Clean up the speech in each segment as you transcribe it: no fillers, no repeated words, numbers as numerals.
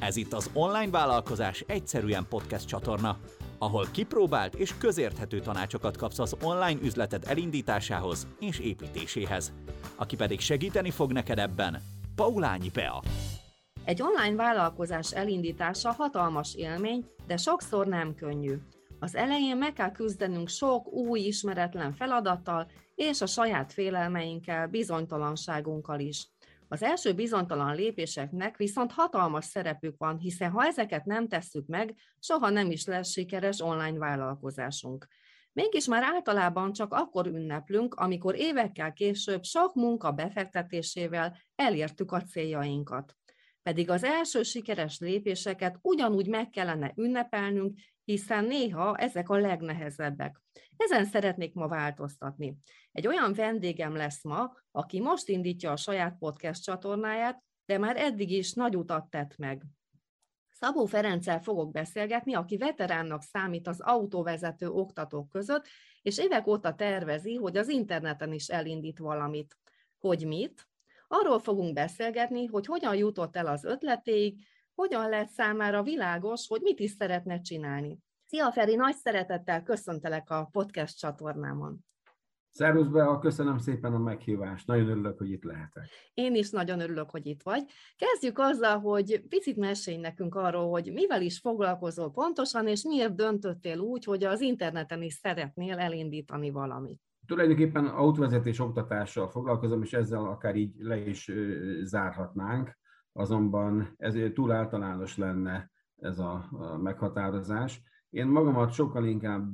Ez itt az Online Vállalkozás Egyszerűen podcast csatorna, ahol kipróbált és közérthető tanácsokat kapsz az online üzleted elindításához és építéséhez. Aki pedig segíteni fog neked ebben, Paulányi Bea. Egy online vállalkozás elindítása hatalmas élmény, de sokszor nem könnyű. Az elején meg kell küzdenünk sok új, ismeretlen feladattal, és a saját félelmeinkkel, bizonytalanságunkkal is. Az első bizonytalan lépéseknek viszont hatalmas szerepük van, hiszen ha ezeket nem tesszük meg, soha nem is lesz sikeres online vállalkozásunk. Mégis már általában csak akkor ünneplünk, amikor évekkel később sok munka befektetésével elértük a céljainkat. Pedig az első sikeres lépéseket ugyanúgy meg kellene ünnepelnünk, hiszen néha ezek a legnehezebbek. Ezen szeretnék ma változtatni. Egy olyan vendégem lesz ma, aki most indítja a saját podcast csatornáját, de már eddig is nagy utat tett meg. Szabó Ferenccel fogok beszélgetni, aki veteránnak számít az autóvezető oktatók között, és évek óta tervezi, hogy az interneten is elindít valamit. Hogy mit? Arról fogunk beszélgetni, hogy hogyan jutott el az ötletéig, hogyan lett számára világos, hogy mit is szeretne csinálni. Szia Feri, nagy szeretettel köszöntelek a podcast csatornámon. Szervusz Bea, köszönöm szépen a meghívást, nagyon örülök, hogy itt lehetek. Én is nagyon örülök, hogy itt vagy. Kezdjük azzal, hogy picit mesélj nekünk arról, hogy mivel is foglalkozol pontosan, és miért döntöttél úgy, hogy az interneten is szeretnél elindítani valamit. Tulajdonképpen autóvezetés oktatással foglalkozom, és ezzel akár így le is zárhatnánk, azonban ez túl általános lenne ez a meghatározás. Én magamat sokkal inkább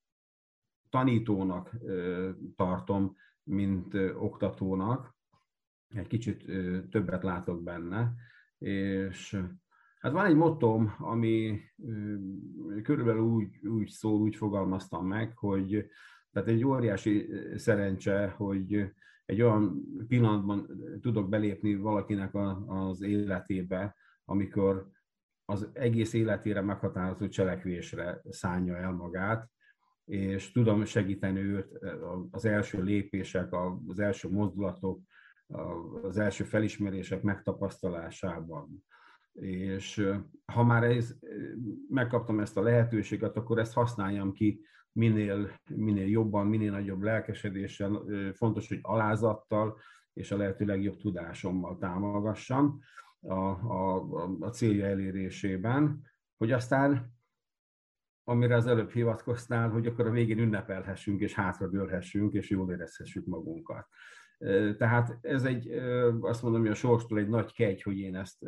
tanítónak tartom, mint oktatónak. Egy kicsit többet látok benne. És hát van egy mottóm, ami körülbelül úgy szól, úgy fogalmaztam meg, hogy tehát egy óriási szerencse, hogy egy olyan pillanatban tudok belépni valakinek az életébe, amikor az egész életére meghatározó cselekvésre szánja el magát, és tudom segíteni őt az első lépések, az első mozdulatok, az első felismerések megtapasztalásában. És ha már megkaptam ezt a lehetőséget, akkor ezt használjam ki minél jobban, minél nagyobb lelkesedéssel, fontos, hogy alázattal és a lehető legjobb tudásommal támogassam a célja elérésében, hogy aztán, amire az előbb hivatkoztál, hogy akkor a végén ünnepelhessünk és hátradőlhessünk és jól érezhessük magunkat. Tehát ez azt mondom, hogy a sorstól egy nagy kegy, hogy én ezt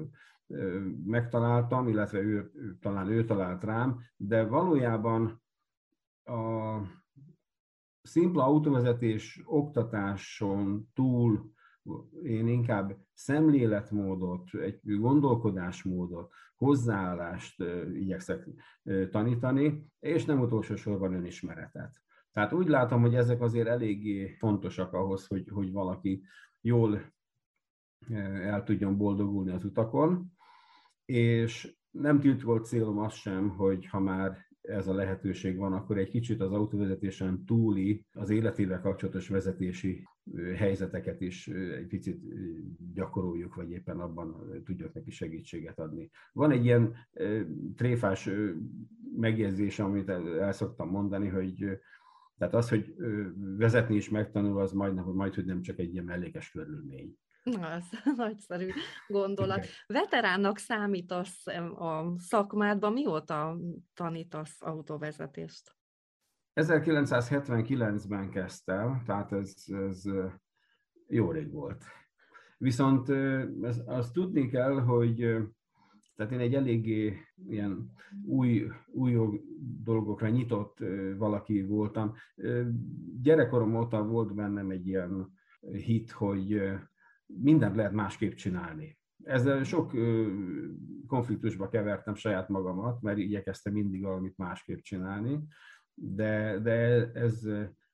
megtaláltam, illetve talán ő talált rám, de valójában a szimpla autóvezetés oktatáson túl én inkább szemléletmódot, egy gondolkodásmódot, hozzáállást igyekszek tanítani, és nem utolsó sorban önismeretet. Tehát úgy látom, hogy ezek azért eléggé fontosak ahhoz, hogy valaki jól el tudjon boldogulni az utakon, és nem titkolt célom az sem, hogy ha már ez a lehetőség van, akkor egy kicsit az autóvezetésen túli, az életével kapcsolatos vezetési helyzeteket is egy picit gyakoroljuk, vagy éppen abban tudjuk neki segítséget adni. Van egy ilyen tréfás megjegyzés, amit el szoktam mondani, hogy tehát az, hogy vezetni is megtanul, az majd, hogy nem csak egy ilyen mellékes körülmény. Ez nagyszerű gondolat. Okay. Veteránnak számítasz a szakmádban, mióta tanítasz autóvezetést? 1979-ben kezdtem, tehát ez jó rég volt. Viszont azt tudni kell, hogy tehát én egy eléggé ilyen új dolgokra nyitott valaki voltam. Gyerekkorom óta volt bennem egy ilyen hit, hogy mindent lehet másképp csinálni. Ezzel sok konfliktusba kevertem saját magamat, mert igyekeztem mindig valamit másképp csinálni, de ez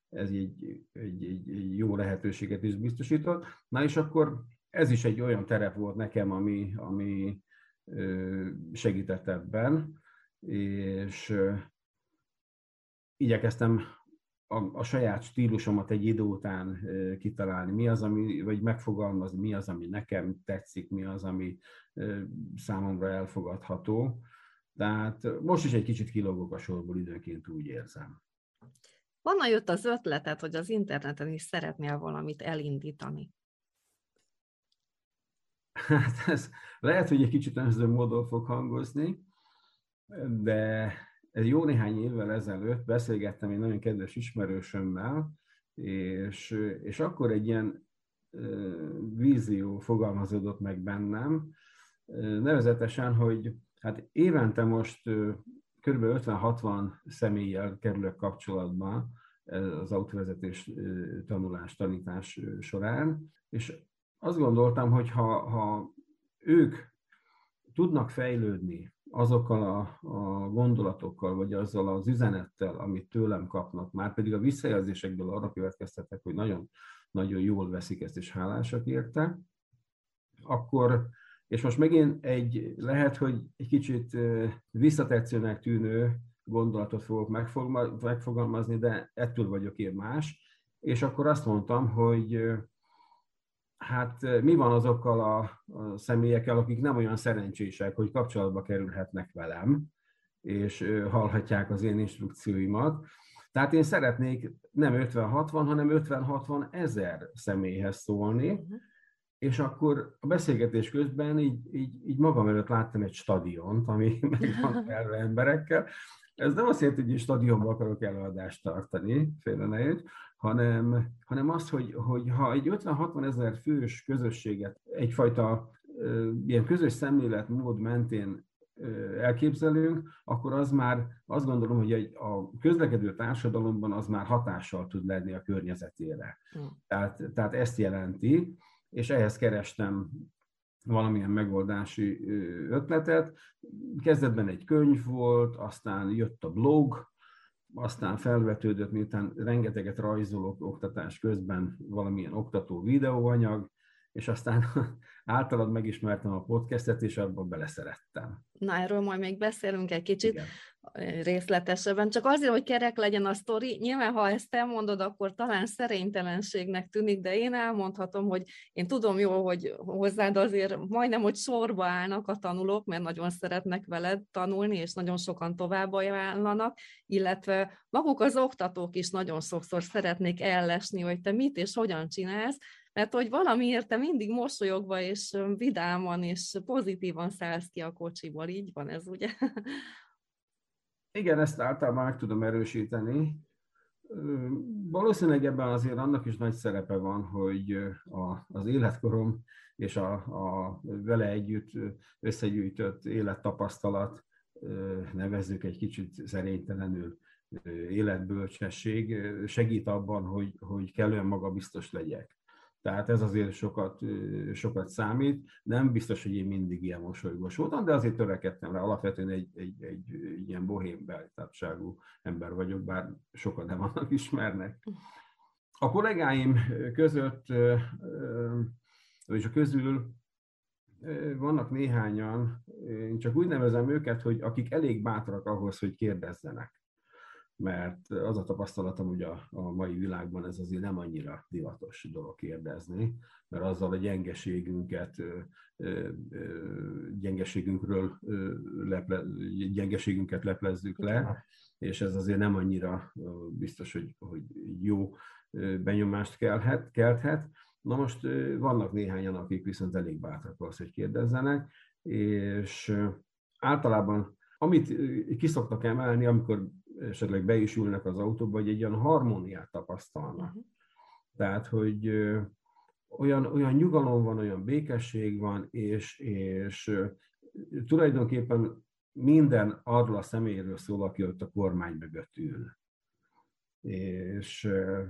egy jó lehetőséget is biztosított. Na és akkor ez is egy olyan terep volt nekem, ami segített ebben, és igyekeztem a saját stílusomat egy idő után kitalálni, mi az, vagy megfogalmazni, mi az, ami nekem tetszik, mi az, ami számomra elfogadható. Tehát most is egy kicsit kilógok a sorból, időnként úgy érzem. Honnan jött az ötleted, hogy az interneten is szeretnél valamit elindítani? Hát ez lehet, hogy egy kicsit önző módon fog hangozni, de egy jó néhány évvel ezelőtt beszélgettem egy nagyon kedves ismerősömmel, és akkor egy ilyen vízió fogalmazódott meg bennem, nevezetesen, hogy hát évente most kb. 50-60 személlyel kerülök kapcsolatba az autóvezetés tanulás, tanítás során, és azt gondoltam, hogy ha ők tudnak fejlődni azokkal a gondolatokkal, vagy azzal az üzenettel, amit tőlem kapnak, már pedig a visszajelzésekből arra következtetek, hogy nagyon, nagyon jól veszik ezt, és hálásak érte, akkor, és most megint lehet, hogy egy kicsit visszatetszőnek tűnő gondolatot fogok megfogalmazni, de ettől vagyok én más, és akkor azt mondtam, hogy hát mi van azokkal a személyekkel, akik nem olyan szerencsések, hogy kapcsolatba kerülhetnek velem, és hallhatják az én instrukcióimat. Tehát én szeretnék nem 50-60, hanem 50-60 ezer személyhez szólni, és akkor a beszélgetés közben így magam előtt láttam egy stadiont, ami meg van telve emberekkel. Ez nem azt jelenti, hogy egy stadionban akarok előadást tartani, félre ne érts, hanem az, hogy ha egy 50-60 ezer fős közösséget egyfajta ilyen közös szemléletmód mentén elképzelünk, akkor az már azt gondolom, hogy a közlekedő társadalomban az már hatással tud lenni a környezetére. Tehát ezt jelenti, és ehhez kerestem valamilyen megoldási ötletet. Kezdetben egy könyv volt, aztán jött a blog, aztán felvetődött, miután rengeteget rajzolok oktatás közben, valamilyen oktató videóanyag, és aztán általad megismertem a podcastet, és abban beleszerettem. Na, erről majd még beszélünk egy kicsit. Igen. Részletesebben. Csak azért, hogy kerek legyen a sztori, nyilván, ha ezt elmondod, akkor talán szerénytelenségnek tűnik, de én elmondhatom, hogy én tudom jól, hogy hozzád azért majdnem, hogy sorba állnak a tanulók, mert nagyon szeretnek veled tanulni, és nagyon sokan tovább ajánlanak, illetve maguk az oktatók is nagyon sokszor szeretnék ellesni, hogy te mit és hogyan csinálsz, mert hogy valamiért te mindig mosolyogva és vidáman és pozitívan szállsz ki a kocsiból, így van ez, ugye? Igen, ezt általában meg tudom erősíteni. Valószínűleg ebben azért annak is nagy szerepe van, hogy az életkorom és a vele együtt összegyűjtött élettapasztalat, nevezzük egy kicsit szerénytelenül, életbölcsesség segít abban, hogy kellően magabiztos legyek. Tehát ez azért sokat számít. Nem biztos, hogy én mindig ilyen mosolygós voltam, de azért törekedtem rá. Alapvetően egy ilyen bohém beltárságú ember vagyok, bár sokan nem annak ismernek. A kollégáim között, és a közül vannak néhányan, én csak úgy nevezem őket, hogy akik elég bátrak ahhoz, hogy kérdezzenek. Mert az a tapasztalatom, hogy a mai világban ez azért nem annyira divatos dolog kérdezni, mert azzal a gyengeségünket leplezzük le, és ez azért nem annyira biztos, hogy jó benyomást kelthet. Na most vannak néhányan, akik viszont elég bátrak ahhoz, hogy kérdezzenek, és általában amit ki szoktak emelni, amikor esetleg be is ülnek az autóba, hogy egy olyan harmóniát tapasztalnak. Tehát, hogy olyan nyugalom van, olyan békesség van, és tulajdonképpen minden arról a személyről szól, aki ott a kormány mögött ül. És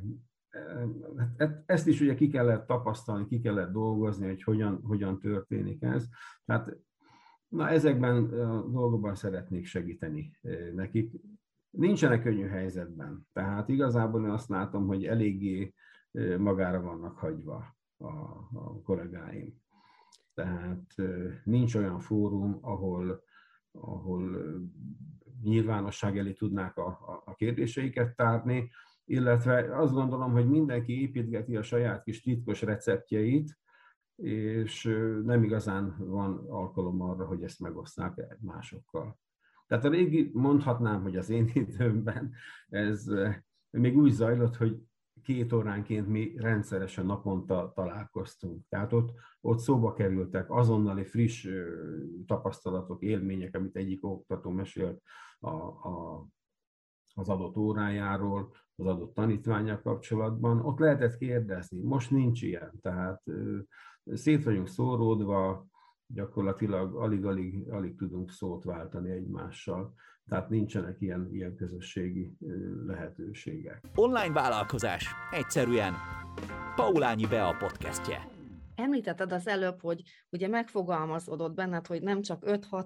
ezt is ugye ki kellett tapasztalni, ki kellett dolgozni, hogy hogyan történik ez. Tehát ezekben a dolgokban szeretnék segíteni nekik. Nincsenek könnyű helyzetben, tehát igazából én azt látom, hogy eléggé magára vannak hagyva a kollégáim. Tehát nincs olyan fórum, ahol nyilvánosság elé tudnák a kérdéseiket tárni. illetve azt gondolom, hogy mindenki építgeti a saját kis titkos receptjeit, és nem igazán van alkalom arra, hogy ezt megosszák másokkal. Tehát a régi, mondhatnám, hogy az én időmben ez még úgy zajlott, hogy 2 óránként mi rendszeresen naponta találkoztunk. Tehát ott szóba kerültek azonnali friss tapasztalatok, élmények, amit egyik oktató mesélt az adott órájáról, az adott tanítvánnyal kapcsolatban. Ott lehetett kérdezni, most nincs ilyen. Tehát szét vagyunk szóródva, gyakorlatilag alig tudunk szót váltani egymással. Tehát nincsenek ilyen közösségi lehetőségek. Online vállalkozás. Egyszerűen. Paulányi Bea podcastje. Említetted az előbb, hogy ugye megfogalmazódott benned, hogy nem csak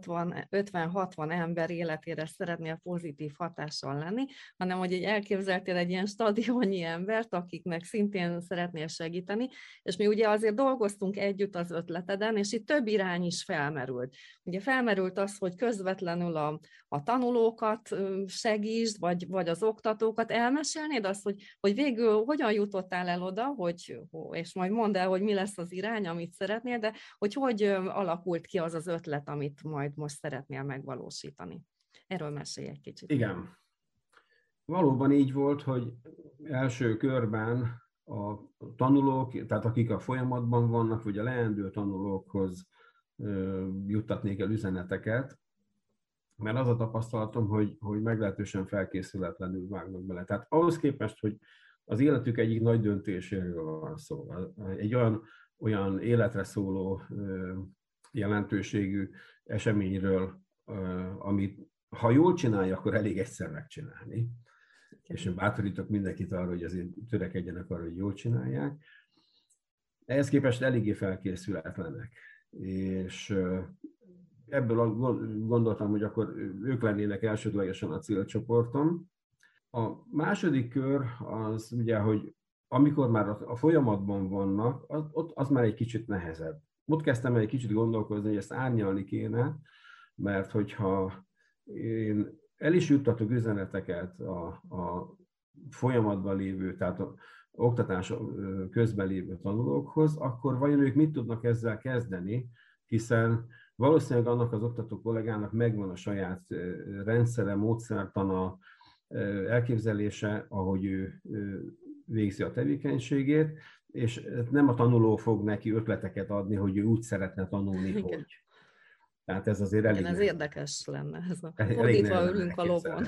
50-60 ember életére szeretnél pozitív hatással lenni, hanem hogy elképzeltél egy ilyen stadionnyi embert, akiknek szintén szeretnél segíteni, és mi ugye azért dolgoztunk együtt az ötleteden, és itt több irány is felmerült. Ugye felmerült az, hogy közvetlenül a tanulókat segítsd, vagy az oktatókat. Elmesélnéd azt, hogy végül hogyan jutottál el oda, és majd mondd el, hogy mi lesz az irány, amit szeretnél, de hogy alakult ki az az ötlet, amit majd most szeretnél megvalósítani. Erről mesélj egy kicsit. Igen. Valóban így volt, hogy első körben a tanulók, tehát akik a folyamatban vannak, vagy a leendő tanulókhoz juttatnék el üzeneteket, mert az a tapasztalatom, hogy meglehetősen felkészületlenül vágnak bele. Tehát ahhoz képest, hogy az életük egyik nagy döntéséről van szó, egy olyan életre szóló jelentőségű eseményről, amit ha jól csinálja, akkor elég egyszer megcsinálni. És én bátorítok mindenkit arra, hogy azért törekedjenek arra, hogy jól csinálják. Ehhez képest eléggé felkészületlenek. És ebből gondoltam, hogy akkor ők lennének elsődlegesen a célcsoportom. A második kör az ugye, hogy amikor már a folyamatban vannak, az már egy kicsit nehezebb. Ott kezdtem el egy kicsit gondolkozni, hogy ezt árnyalni kéne, mert hogyha én el is juttatok üzeneteket a folyamatban lévő, tehát a oktatás közben lévő tanulókhoz, akkor vajon ők mit tudnak ezzel kezdeni, hiszen valószínűleg annak az oktató kollégának megvan a saját rendszere, módszertana, elképzelése, ahogy ő végzi a tevékenységét, és nem a tanuló fog neki ötleteket adni, hogy ő úgy szeretne tanulni, igen. hogy. Tehát ez azért elég... Ez érdekes lenne, ez a fordítva ülünk a lovon.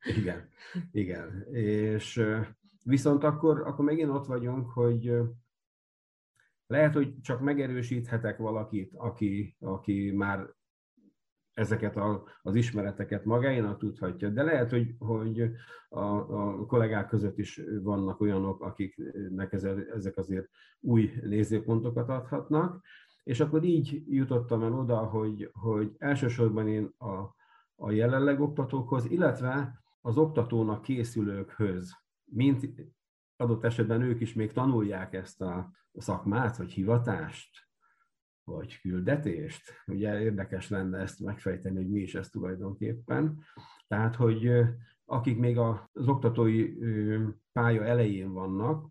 Igen. És viszont akkor megint ott vagyunk, hogy lehet, hogy csak megerősíthetek valakit, aki már ezeket az ismereteket magáénak tudhatja, de lehet, hogy a kollégák között is vannak olyanok, akiknek ezek azért új nézőpontokat adhatnak, és akkor így jutottam el oda, hogy elsősorban én a jelenleg oktatókhoz, illetve az oktatónak készülőkhöz, mint adott esetben ők is még tanulják ezt a szakmát, vagy hivatást, vagy küldetést. Ugye érdekes lenne ezt megfejteni, hogy mi is ez tulajdonképpen. Tehát, hogy akik még az oktatói pálya elején vannak,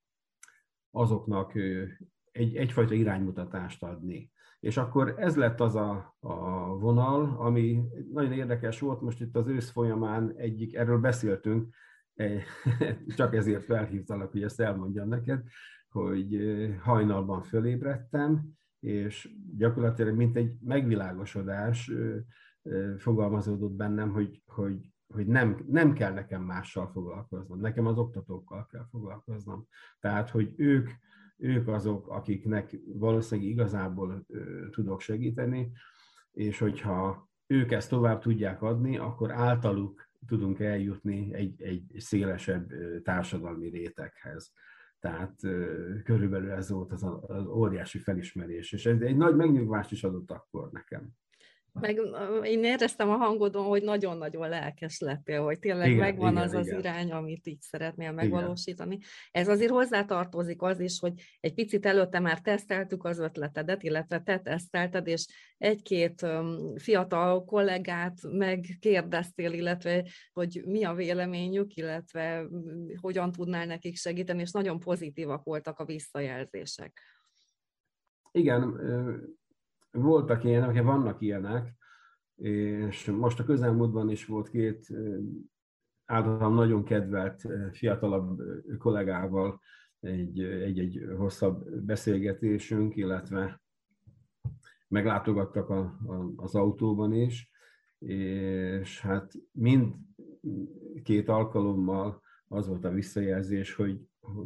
azoknak egyfajta iránymutatást adni. És akkor ez lett az a vonal, ami nagyon érdekes volt, most itt az ősz folyamán erről beszéltünk, csak ezért felhívtalak, hogy ezt elmondjam neked, hogy hajnalban fölébredtem, és gyakorlatilag mint egy megvilágosodás fogalmazódott bennem, hogy nem kell nekem mással foglalkoznom, nekem az oktatókkal kell foglalkoznom. Tehát, hogy ők azok, akiknek valószínűleg igazából tudok segíteni, és hogyha ők ezt tovább tudják adni, akkor általuk tudunk eljutni egy szélesebb társadalmi réteghez. Tehát körülbelül ez volt az óriási felismerés, és ez egy nagy megnyugvást is adott akkor nekem. Meg én éreztem a hangodon, hogy nagyon-nagyon lelkes lettél, hogy tényleg Igen, megvan igen, az az igen. irány, amit így szeretnél Igen. megvalósítani. Ez azért hozzátartozik az is, hogy egy picit előtte már teszteltük az ötletedet, illetve te tesztelted, és egy-két fiatal kollégát megkérdeztél, illetve hogy mi a véleményük, illetve hogyan tudnál nekik segíteni, és nagyon pozitívak voltak a visszajelzések. Igen, voltak ilyenek, vannak ilyenek, és most a közelmúltban is volt két általam nagyon kedvelt fiatalabb kollégával egy hosszabb beszélgetésünk, illetve meglátogattak az autóban is, és hát mindkét alkalommal az volt a visszajelzés, hogy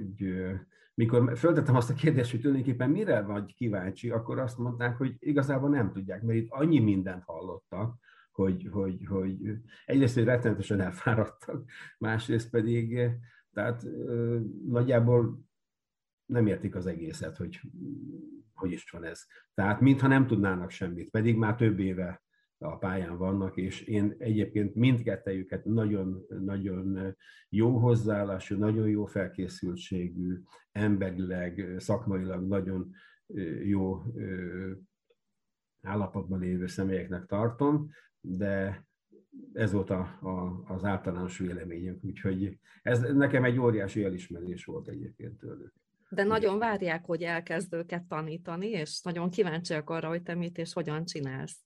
mikor föltettem azt a kérdést, hogy tulajdonképpen mire vagy kíváncsi, akkor azt mondták, hogy igazából nem tudják, mert itt annyi mindent hallottak, hogy egyrészt, hogy rettenetesen elfáradtak, másrészt pedig, tehát nagyjából nem értik az egészet, hogy is van ez. Tehát mintha nem tudnának semmit, pedig már több éve a pályán vannak, és én egyébként mindkettejüket nagyon jó hozzáállású, nagyon jó felkészültségű, emberileg, szakmailag nagyon jó állapotban lévő személyeknek tartom, de ez volt az általános véleményünk, úgyhogy ez nekem egy óriási elismerés volt egyébként tőlük. De nagyon várják, hogy elkezd őket tanítani, és nagyon kíváncsiak arra, hogy te mit és hogyan csinálsz.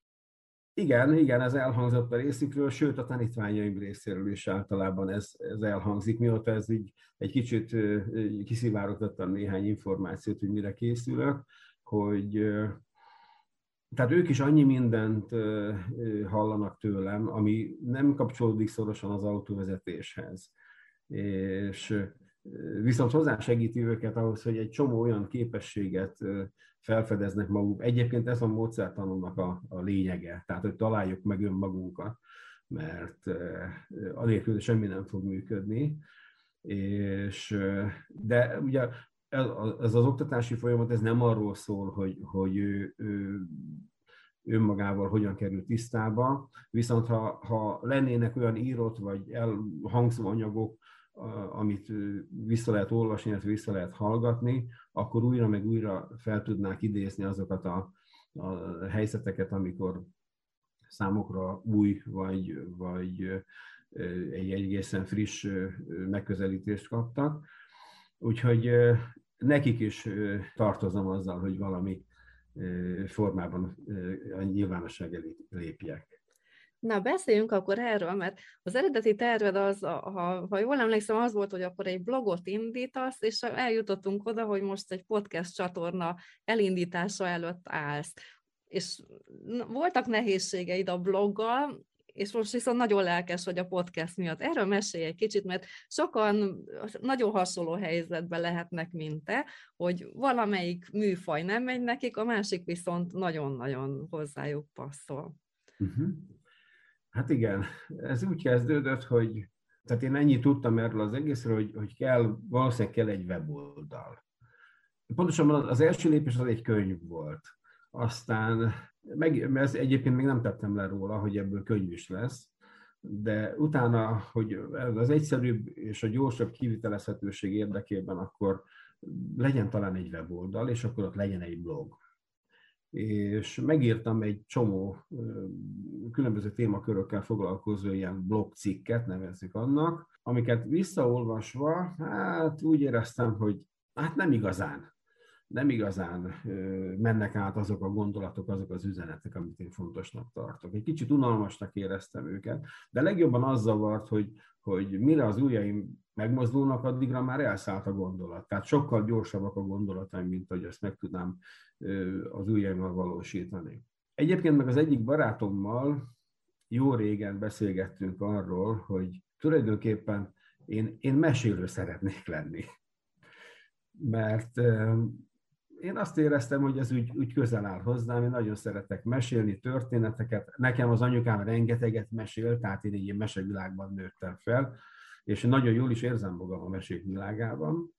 Igen, ez elhangzott a részükről, sőt a tanítványaim részéről is általában ez elhangzik, mióta ez így egy kicsit kiszivárogtattam néhány információt, hogy mire készülök, hogy tehát ők is annyi mindent hallanak tőlem, ami nem kapcsolódik szorosan az autóvezetéshez. És viszont hozzásegíti őket ahhoz, hogy egy csomó olyan képességet felfedeznek maguk. Egyébként ez a módszertanulnak a lényege, tehát hogy találjuk meg önmagunkat, mert anélkül semmi nem fog működni. De ugye ez az oktatási folyamat, ez nem arról szól, hogy ő önmagával hogyan kerül tisztába, viszont ha lennének olyan írott vagy elhangzó anyagok, amit vissza lehet olvasni, illetve vissza lehet hallgatni, akkor újra meg újra fel tudnák idézni azokat a helyzeteket, amikor számukra új vagy egy egészen friss megközelítést kaptak. Úgyhogy nekik is tartozom azzal, hogy valami formában a nyilvánosság elé lépjek. Na, beszéljünk akkor erről, mert az eredeti terved az, ha jól emlékszem, az volt, hogy akkor egy blogot indítasz, és eljutottunk oda, hogy most egy podcast csatorna elindítása előtt állsz. És voltak nehézségeid a bloggal, és most viszont nagyon lelkes vagy a podcast miatt. Erről mesélj egy kicsit, mert sokan nagyon hasonló helyzetben lehetnek, mint te, hogy valamelyik műfaj nem megy nekik, a másik viszont nagyon-nagyon hozzájuk passzol. Hát igen, ez úgy kezdődött, hogy tehát én ennyit tudtam erről az egészről, hogy valószínűleg kell egy weboldal. Pontosabban az első lépés az egy könyv volt. Aztán, mert egyébként még nem tettem le róla, hogy ebből könyv is lesz, de utána, hogy az egyszerűbb és a gyorsabb kivitelezhetőség érdekében, akkor legyen talán egy weboldal, és akkor ott legyen egy blog. És megírtam egy csomó különböző témakörökkel foglalkozó ilyen blogcikket, nevezzük annak, amiket visszaolvasva, hát úgy éreztem, hogy hát nem igazán mennek át azok a gondolatok, azok az üzenetek, amit én fontosnak tartok. Egy kicsit unalmasnak éreztem őket, de legjobban az zavart, hogy mire az ujjaim megmozdulnak, addigra már elszállt a gondolat. Tehát sokkal gyorsabbak a gondolataim, mint hogy ezt meg tudnám az ujjaimmal valósítani. Egyébként meg az egyik barátommal jó régen beszélgettünk arról, hogy tulajdonképpen én mesélő szeretnék lenni. Mert én azt éreztem, hogy ez úgy közel áll hozzám, én nagyon szeretek mesélni történeteket. Nekem az anyukám rengeteget mesél, tehát én egy ilyen mesevilágban nőttem fel, és nagyon jól is érzem magam a mesék világában.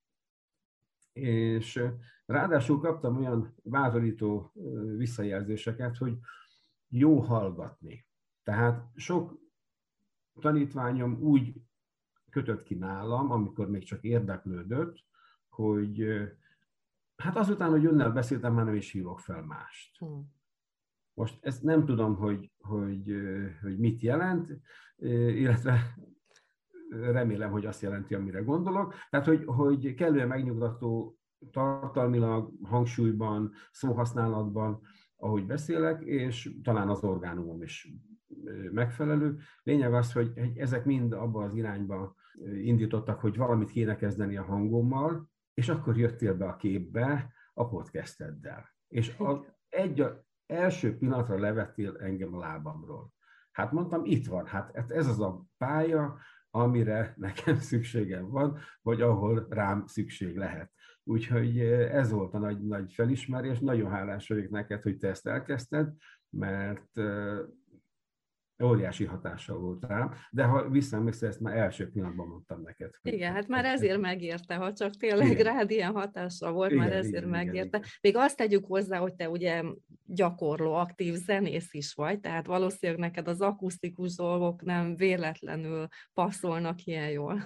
És ráadásul kaptam olyan bátorító visszajelzéseket, hogy jó hallgatni. Tehát sok tanítványom úgy kötött ki nálam, amikor még csak érdeklődött, hogy hát azután, hogy önnel beszéltem, már nem is hívok fel mást. Most ezt nem tudom, hogy mit jelent, illetve remélem, hogy azt jelenti, amire gondolok. Tehát, hogy kellően megnyugtató tartalmilag, hangsúlyban, szóhasználatban, ahogy beszélek, és talán az orgánumom is megfelelő. Lényeg az, hogy ezek mind abba az irányba indítottak, hogy valamit kéne kezdeni a hangommal, és akkor jöttél be a képbe a podcasteddel. És az első pillanatra levettél engem a lábamról. Hát mondtam, itt van, hát ez az a pálya, amire nekem szükségem van, vagy ahol rám szükség lehet. Úgyhogy ez volt a nagy felismerés. Nagyon hálás vagyok neked, hogy te ezt elkezdted, mert óriási hatással volt rám, de ha visszaemlékszel, ezt már első pillanatban mondtam neked. Igen, hát már ezért megérte, ha csak tényleg rád ilyen hatással volt, már ezért megérte. Igen. Még azt tegyük hozzá, hogy te ugye gyakorló, aktív zenész is vagy, tehát valószínűleg neked az akusztikus dolgok nem véletlenül passzolnak ilyen jól.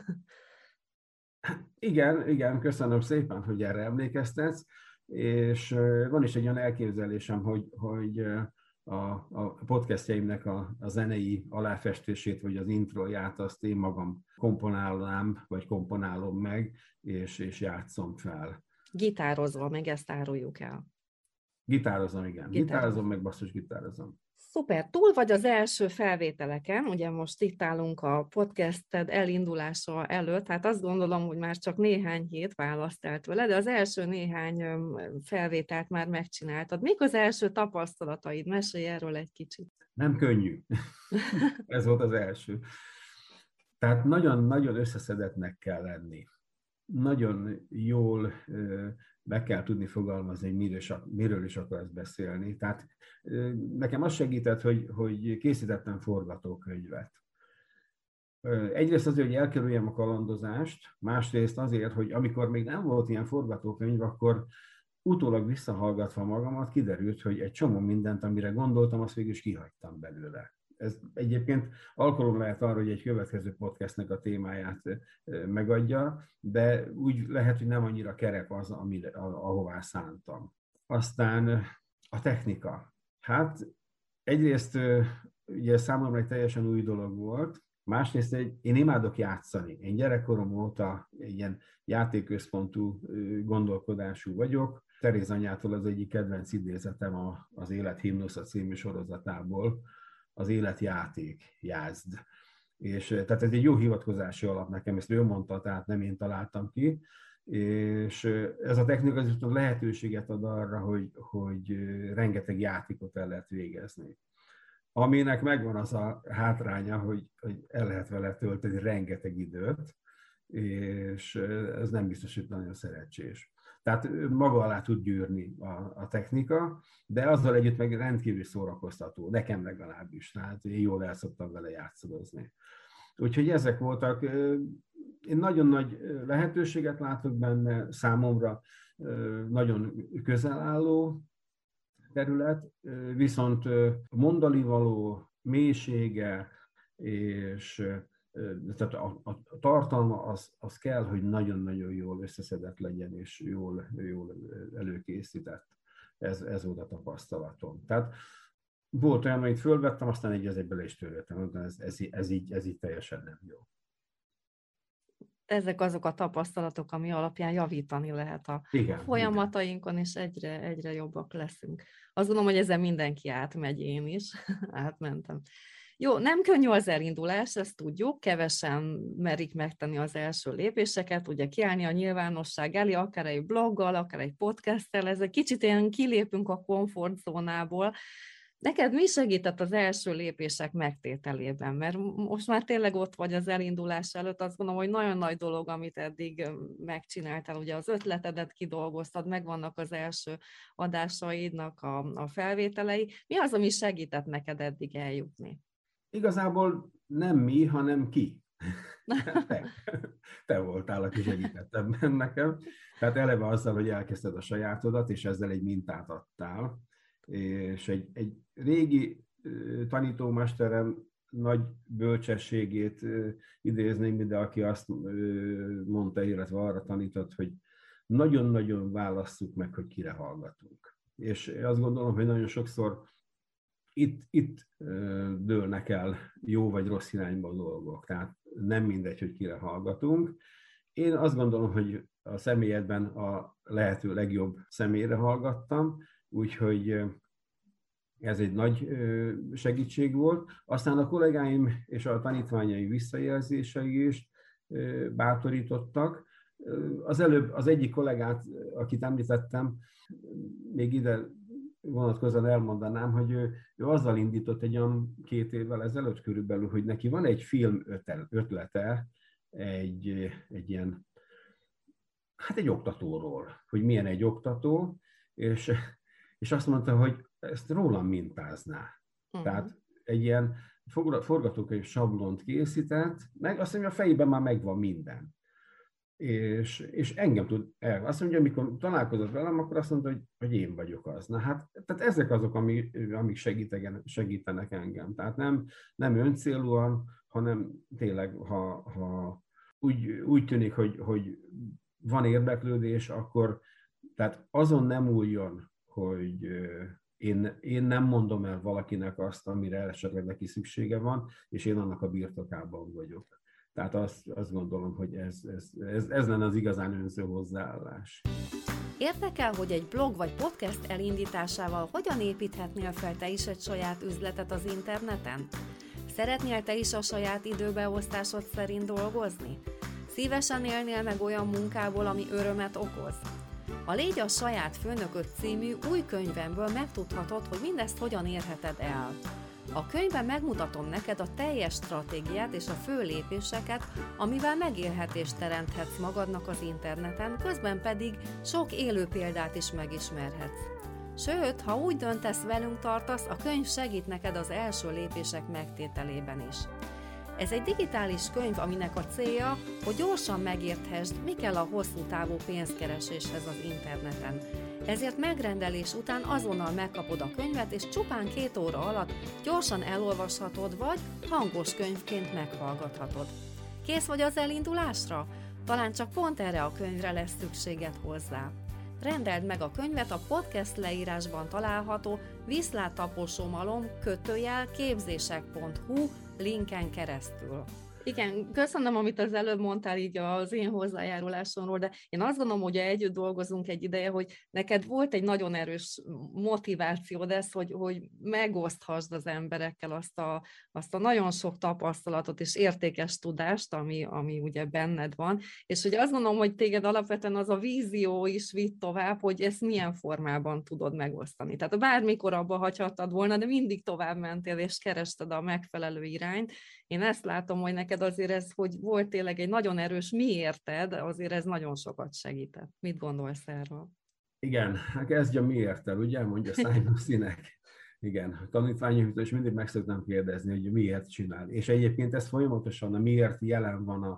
Igen, köszönöm szépen, hogy erre emlékeztetsz, és van is egy olyan elképzelésem, hogy a podcastjaimnek a zenei aláfestését, vagy az introját, azt én magam komponálnám, vagy komponálom meg, és játszom fel. Gitározol, meg ezt áruljuk el. Gitározom, igen. Gitározom, meg basszusgitározom. Szuper, túl vagy az első felvételeken, ugye most itt állunk a podcasted elindulása előtt, hát azt gondolom, hogy már csak néhány hét választál tőle, de az első néhány felvételt már megcsináltad. Mik az első tapasztalataid? Mesélj erről egy kicsit. Nem könnyű. Ez volt az első. Tehát nagyon-nagyon összeszedettnek kell lenni. Nagyon jól be kell tudni fogalmazni, hogy miről is akarsz beszélni. Tehát nekem az segített, hogy készítettem forgatókönyvet. Egyrészt azért, hogy elkerüljem a kalandozást, másrészt azért, hogy amikor még nem volt ilyen forgatókönyv, akkor utólag visszahallgatva magamat kiderült, hogy egy csomó mindent, amire gondoltam, azt végül is kihagytam belőle. Ez egyébként alkalom lehet arra, hogy egy következő podcastnek a témáját megadja, de úgy lehet, hogy nem annyira kerek az, ahová szántam. Aztán a technika. Hát egyrészt ugye számomra egy teljesen új dolog volt, másrészt én imádok játszani. Én gyerekkorom óta egy ilyen játékközpontú gondolkodású vagyok. Teréz anyától az egyik kedvenc idézetem az Élet himnusza című sorozatából, az életjáték, jázd. És tehát ez egy jó hivatkozási alap nekem, ezt ő mondta, tehát nem én találtam ki. És ez a technika lehetőséget ad arra, hogy rengeteg játékot el lehet végezni. Aminek megvan az a hátránya, hogy el lehet vele tölteni rengeteg időt, és ez nem biztos, hogy nagyon szerencsés. Tehát maga alá tud gyűrni a technika, de azzal együtt meg rendkívül szórakoztató, nekem legalábbis, tehát én jól el szoktam vele játszadozni. Úgyhogy ezek voltak, én nagyon nagy lehetőséget látok benne, számomra nagyon közel álló terület, viszont mondanivaló, mélysége és tehát a tartalma az kell, hogy nagyon-nagyon jól összeszedett legyen, és jól előkészített. Ez volt a tapasztalatom. Tehát volt olyan, amit fölvettem, aztán egy bele is töröltem, ez így teljesen nem jó. Ezek azok a tapasztalatok, ami alapján javítani lehet a folyamatainkon, és egyre jobbak leszünk. Azt gondolom, hogy ezen mindenki átmegy, én is átmentem. Jó, nem könnyű az elindulás, ezt tudjuk, kevesen merik megtenni az első lépéseket, ugye kiállni a nyilvánosság elé, akár egy bloggal, akár egy podcasttel, ez egy kicsit ilyen kilépünk a komfortzónából. Neked mi segített az első lépések megtételében? Mert most már tényleg ott vagy az elindulás előtt, azt gondolom, hogy nagyon nagy dolog, amit eddig megcsináltál, ugye az ötletedet kidolgoztad, megvannak az első adásaidnak a felvételei. Mi az, ami segített neked eddig eljutni? Igazából nem mi, hanem ki. Te voltál, aki segített ebben nekem. Tehát eleve azzal, hogy elkezdted a sajátodat, és ezzel egy mintát adtál. És egy régi tanítómesterem nagy bölcsességét idézném ide, aki azt mondta, illetve arra tanított, hogy nagyon-nagyon válasszuk meg, hogy kire hallgatunk. És azt gondolom, hogy nagyon sokszor itt dőlnek el jó vagy rossz irányba a dolgok. Tehát nem mindegy, hogy kire hallgatunk. Én azt gondolom, hogy a személyedben a lehető legjobb személyre hallgattam, úgyhogy ez egy nagy segítség volt. Aztán a kollégáim és a tanítványaim visszajelzései is bátorítottak. Az előbb az egyik kollégát, akit említettem, még ide vonatkozóan elmondanám, hogy ő azzal indított egy olyan 2 évvel ezelőtt körülbelül, hogy neki van egy film ötlete, egy ilyen, hát egy oktatóról, hogy milyen egy oktató, és azt mondta, hogy ezt rólam mintázná. Tehát egy ilyen forgatókönyv sablont készített, meg azt mondja, a fejében már megvan minden. És engem tud el. Azt mondja, amikor találkozott velem, akkor azt mondta, hogy én vagyok az. Na hát, tehát ezek azok, amik segítenek engem. Tehát nem öncélúan, hanem tényleg, ha úgy tűnik, hogy van érdeklődés, akkor tehát azon nem újjon, hogy én nem mondom el valakinek azt, amire esetleg neki szüksége van, és én annak a birtokában vagyok. Tehát azt gondolom, hogy ez lenne az igazán önző hozzáállás. Érdekel, hogy egy blog vagy podcast elindításával hogyan építhetnél fel te is egy saját üzletet az interneten? Szeretnél te is a saját időbeosztásod szerint dolgozni? Szívesen élnél meg olyan munkából, ami örömet okoz? A Légy a saját főnököd című új könyvemből megtudhatod, hogy mindezt hogyan érheted el. A könyvben megmutatom neked a teljes stratégiát és a fő lépéseket, amivel megélhetést teremthetsz magadnak az interneten, közben pedig sok élő példát is megismerhetsz. Sőt, ha úgy döntesz, velünk tartasz, a könyv segít neked az első lépések megtételében is. Ez egy digitális könyv, aminek a célja, hogy gyorsan megérthesd, mi kell a hosszú távú pénzkereséshez az interneten. Ezért megrendelés után azonnal megkapod a könyvet, és csupán 2 óra alatt gyorsan elolvashatod, vagy hangos könyvként meghallgathatod. Kész vagy az elindulásra? Talán csak pont erre a könyvre lesz szükséged hozzá. Rendeld meg a könyvet a podcast leírásban található viszláttaposomalom_képzések.hu linken keresztül. Igen, köszönöm, amit az előbb mondtál így az én hozzájárulásomról, de én azt gondolom, hogy együtt dolgozunk egy ideje, hogy neked volt egy nagyon erős motivációd ez, hogy megoszthasd az emberekkel azt a nagyon sok tapasztalatot és értékes tudást, ami ugye benned van, és hogy azt gondolom, hogy téged alapvetően az a vízió is vitt tovább, hogy ezt milyen formában tudod megosztani. Tehát bármikor abba hagyhattad volna, de mindig tovább mentél és kerested a megfelelő irányt. Én ezt látom, hogy neked azért ez, hogy volt tényleg egy nagyon erős miérted, azért ez nagyon sokat segített. Mit gondolsz erről? Igen, kezdj a miérttel, ugye? Mondja Simon Sinek. Igen, a tanítványomtól is mindig meg szoktam kérdezni, hogy miért csinál. És egyébként ez folyamatosan a miért jelen van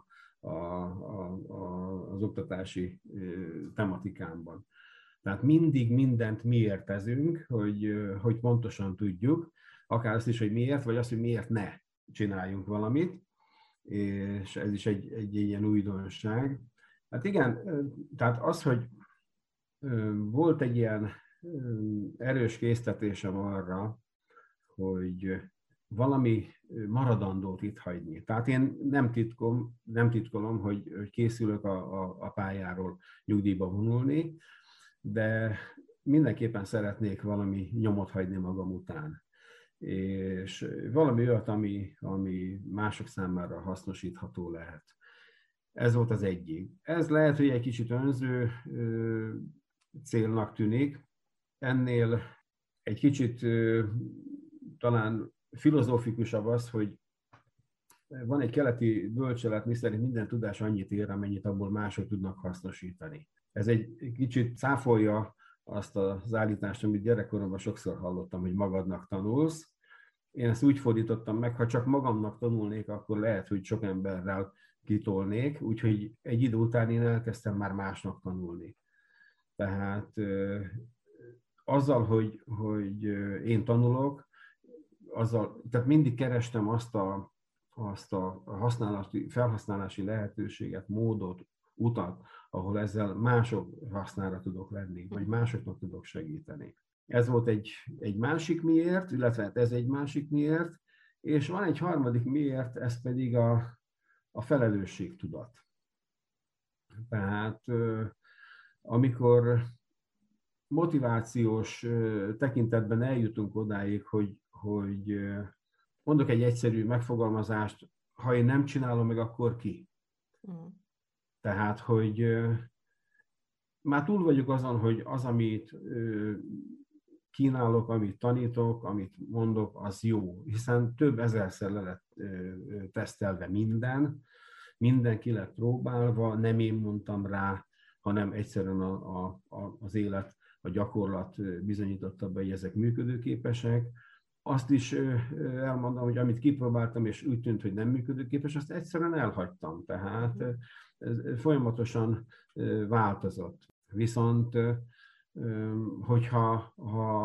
az oktatási tematikámban. Tehát mindig mindent miértezünk, hogy pontosan tudjuk, akár azt is, hogy miért, vagy azt, hogy miért ne csináljunk valamit, és ez is egy ilyen újdonság. Hát igen, tehát az, hogy volt egy ilyen erős késztetésem arra, hogy valami maradandót itt hagyni. Tehát én nem titkolom, hogy készülök a pályáról nyugdíjba vonulni, de mindenképpen szeretnék valami nyomot hagyni magam után. És valami olyat, ami mások számára hasznosítható lehet. Ez volt az egyik. Ez lehet, hogy egy kicsit önző célnak tűnik. Ennél egy kicsit talán filozófikusabb az, hogy van egy keleti bölcselet, miszerint minden tudás annyit ér, amennyit abból mások tudnak hasznosítani. Ez egy kicsit cáfolja azt az állítást, amit gyerekkoromban sokszor hallottam, hogy magadnak tanulsz. Én ezt úgy fordítottam meg, ha csak magamnak tanulnék, akkor lehet, hogy sok emberrel kitolnék, úgyhogy egy idő után én elkezdtem már másnak tanulni. Tehát azzal, hogy én tanulok, tehát mindig kerestem azt a felhasználási lehetőséget, módot, utat, ahol ezzel mások hasznára tudok lenni, vagy másoknak tudok segíteni. Ez volt egy másik miért, illetve ez egy másik miért, és van egy harmadik miért, ez pedig a felelősségtudat. Tehát amikor motivációs tekintetben eljutunk odáig, hogy mondok egy egyszerű megfogalmazást, ha én nem csinálom meg, akkor ki? Tehát, hogy már túl vagyok azon, hogy az, amit kínálok, amit tanítok, amit mondok, az jó, hiszen több ezerszer le lett tesztelve minden ki lett próbálva, nem én mondtam rá, hanem egyszerűen az élet, a gyakorlat bizonyította be, hogy ezek működőképesek. Azt is elmondom, hogy amit kipróbáltam, és úgy tűnt, hogy nem működőképes, azt egyszerűen elhagytam. Tehát ez folyamatosan változott. Viszont, hogyha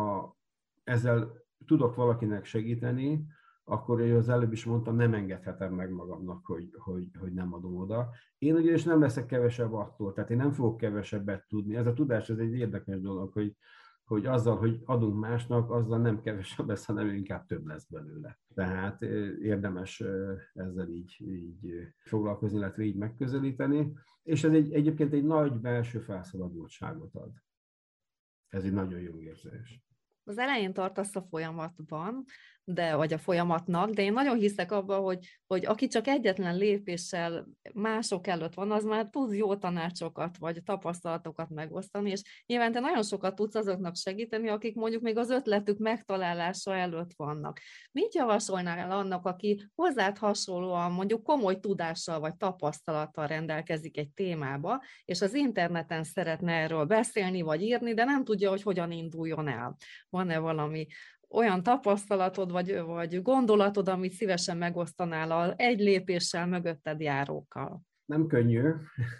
ezzel tudok valakinek segíteni, akkor az előbb is mondtam, nem engedhetem meg magamnak, hogy nem adom oda. Én ugyanis nem leszek kevesebb attól, tehát én nem fogok kevesebbet tudni. Ez a tudás, ez egy érdekes dolog, hogy azzal, hogy adunk másnak, azzal nem kevesebb lesz, hanem inkább több lesz belőle. Tehát érdemes ezzel így foglalkozni, illetve így megközelíteni. És ez egyébként egy nagy belső felszabadultságot ad. Ez egy nagyon jó érzés. Az elején tartasz a folyamatban, vagy a folyamatnak, de én nagyon hiszek abban, hogy aki csak egyetlen lépéssel mások előtt van, az már tud jó tanácsokat, vagy tapasztalatokat megosztani, és nyilván te nagyon sokat tudsz azoknak segíteni, akik mondjuk még az ötletük megtalálása előtt vannak. Mit javasolnál annak, aki hozzád hasonlóan mondjuk komoly tudással vagy tapasztalattal rendelkezik egy témába, és az interneten szeretne erről beszélni vagy írni, de nem tudja, hogy hogyan induljon el? Van-e valami olyan tapasztalatod, vagy gondolatod, amit szívesen megosztanál egy lépéssel mögötted járókkal? Nem könnyű.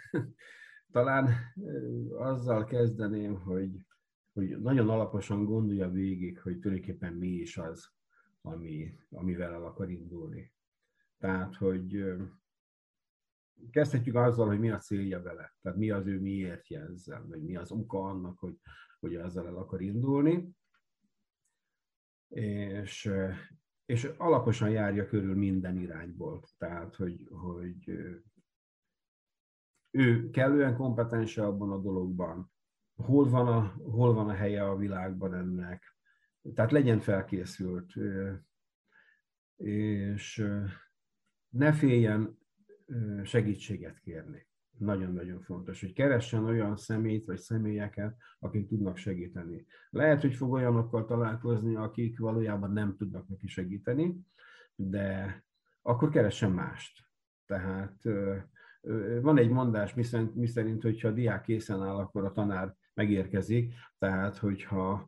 Talán azzal kezdeném, hogy nagyon alaposan gondolja végig, hogy tulajdonképpen mi is az, amivel el akar indulni. Tehát, hogy kezdhetjük azzal, hogy mi a célja vele, tehát mi az ő miértje ezzel, vagy mi az oka annak, hogy azzal el akar indulni. És alaposan járja körül minden irányból. Tehát, hogy ő kellően kompetens abban a dologban, hol van a helye a világban ennek. Tehát legyen felkészült, és ne féljen segítséget kérni. Nagyon-nagyon fontos, hogy keressen olyan személyt vagy személyeket, akik tudnak segíteni. Lehet, hogy fog olyanokkal találkozni, akik valójában nem tudnak neki segíteni, de akkor keressen mást. Tehát van egy mondás, miszerint, hogyha a diák készen áll, akkor a tanár megérkezik. Tehát, hogyha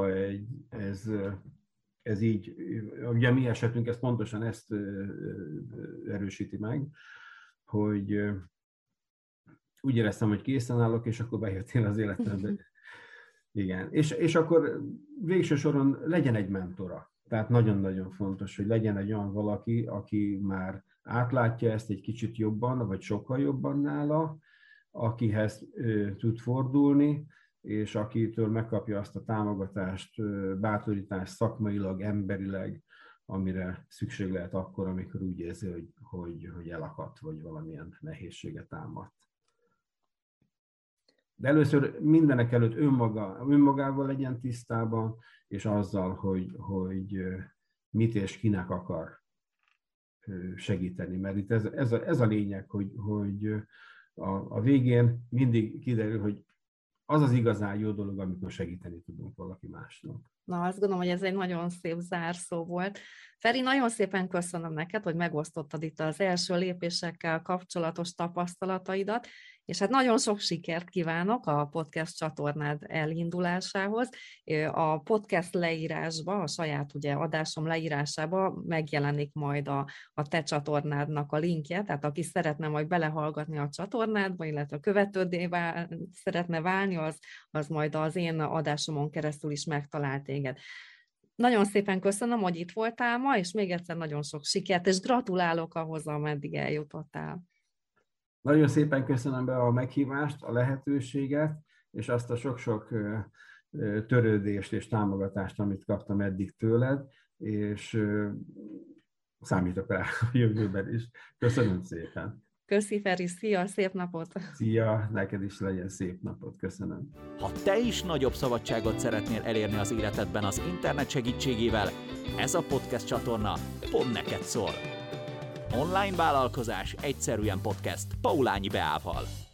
ez így, ugye mi esetünk, ez pontosan ezt erősíti meg, hogy úgy éreztem, hogy készen állok, és akkor bejöttél az életembe. Igen. És akkor végső soron legyen egy mentora. Tehát nagyon-nagyon fontos, hogy legyen egy olyan valaki, aki már átlátja ezt egy kicsit jobban, vagy sokkal jobban nála, akihez tud fordulni, és akitől megkapja azt a támogatást, bátorítást szakmailag, emberileg, amire szükség lehet akkor, amikor úgy érzi, hogy elakadt, vagy valamilyen nehézséget támadt. De először mindenek előtt önmagával legyen tisztában, és azzal, hogy mit és kinek akar segíteni. Mert itt ez a lényeg, hogy a végén mindig kiderül, hogy az az igazán jó dolog, amikor segíteni tudunk valaki másnak. Na, azt gondolom, hogy ez egy nagyon szép zárszó volt. Feri, nagyon szépen köszönöm neked, hogy megosztottad itt az első lépésekkel kapcsolatos tapasztalataidat, és hát nagyon sok sikert kívánok a podcast csatornád elindulásához. A podcast leírásba, a saját adásom leírásába megjelenik majd a te csatornádnak a linkje, tehát aki szeretne majd belehallgatni a csatornádba, illetve követőddé szeretne válni, az majd az én adásomon keresztül is megtalál téged. Nagyon szépen köszönöm, hogy itt voltál ma, és még egyszer nagyon sok sikert, és gratulálok ahhoz, ameddig eljutottál. Nagyon szépen köszönöm be a meghívást, a lehetőséget, és azt a sok-sok törődést és támogatást, amit kaptam eddig tőled, és számítok rá a jövőben is. Köszönöm szépen. Köszi, Feri, szia, szép napot! Szia, neked is legyen szép napot, köszönöm. Ha te is nagyobb szabadságot szeretnél elérni az életedben az internet segítségével, ez a podcast csatorna pont neked szól. Online vállalkozás egyszerűen podcast Paulányi Beával.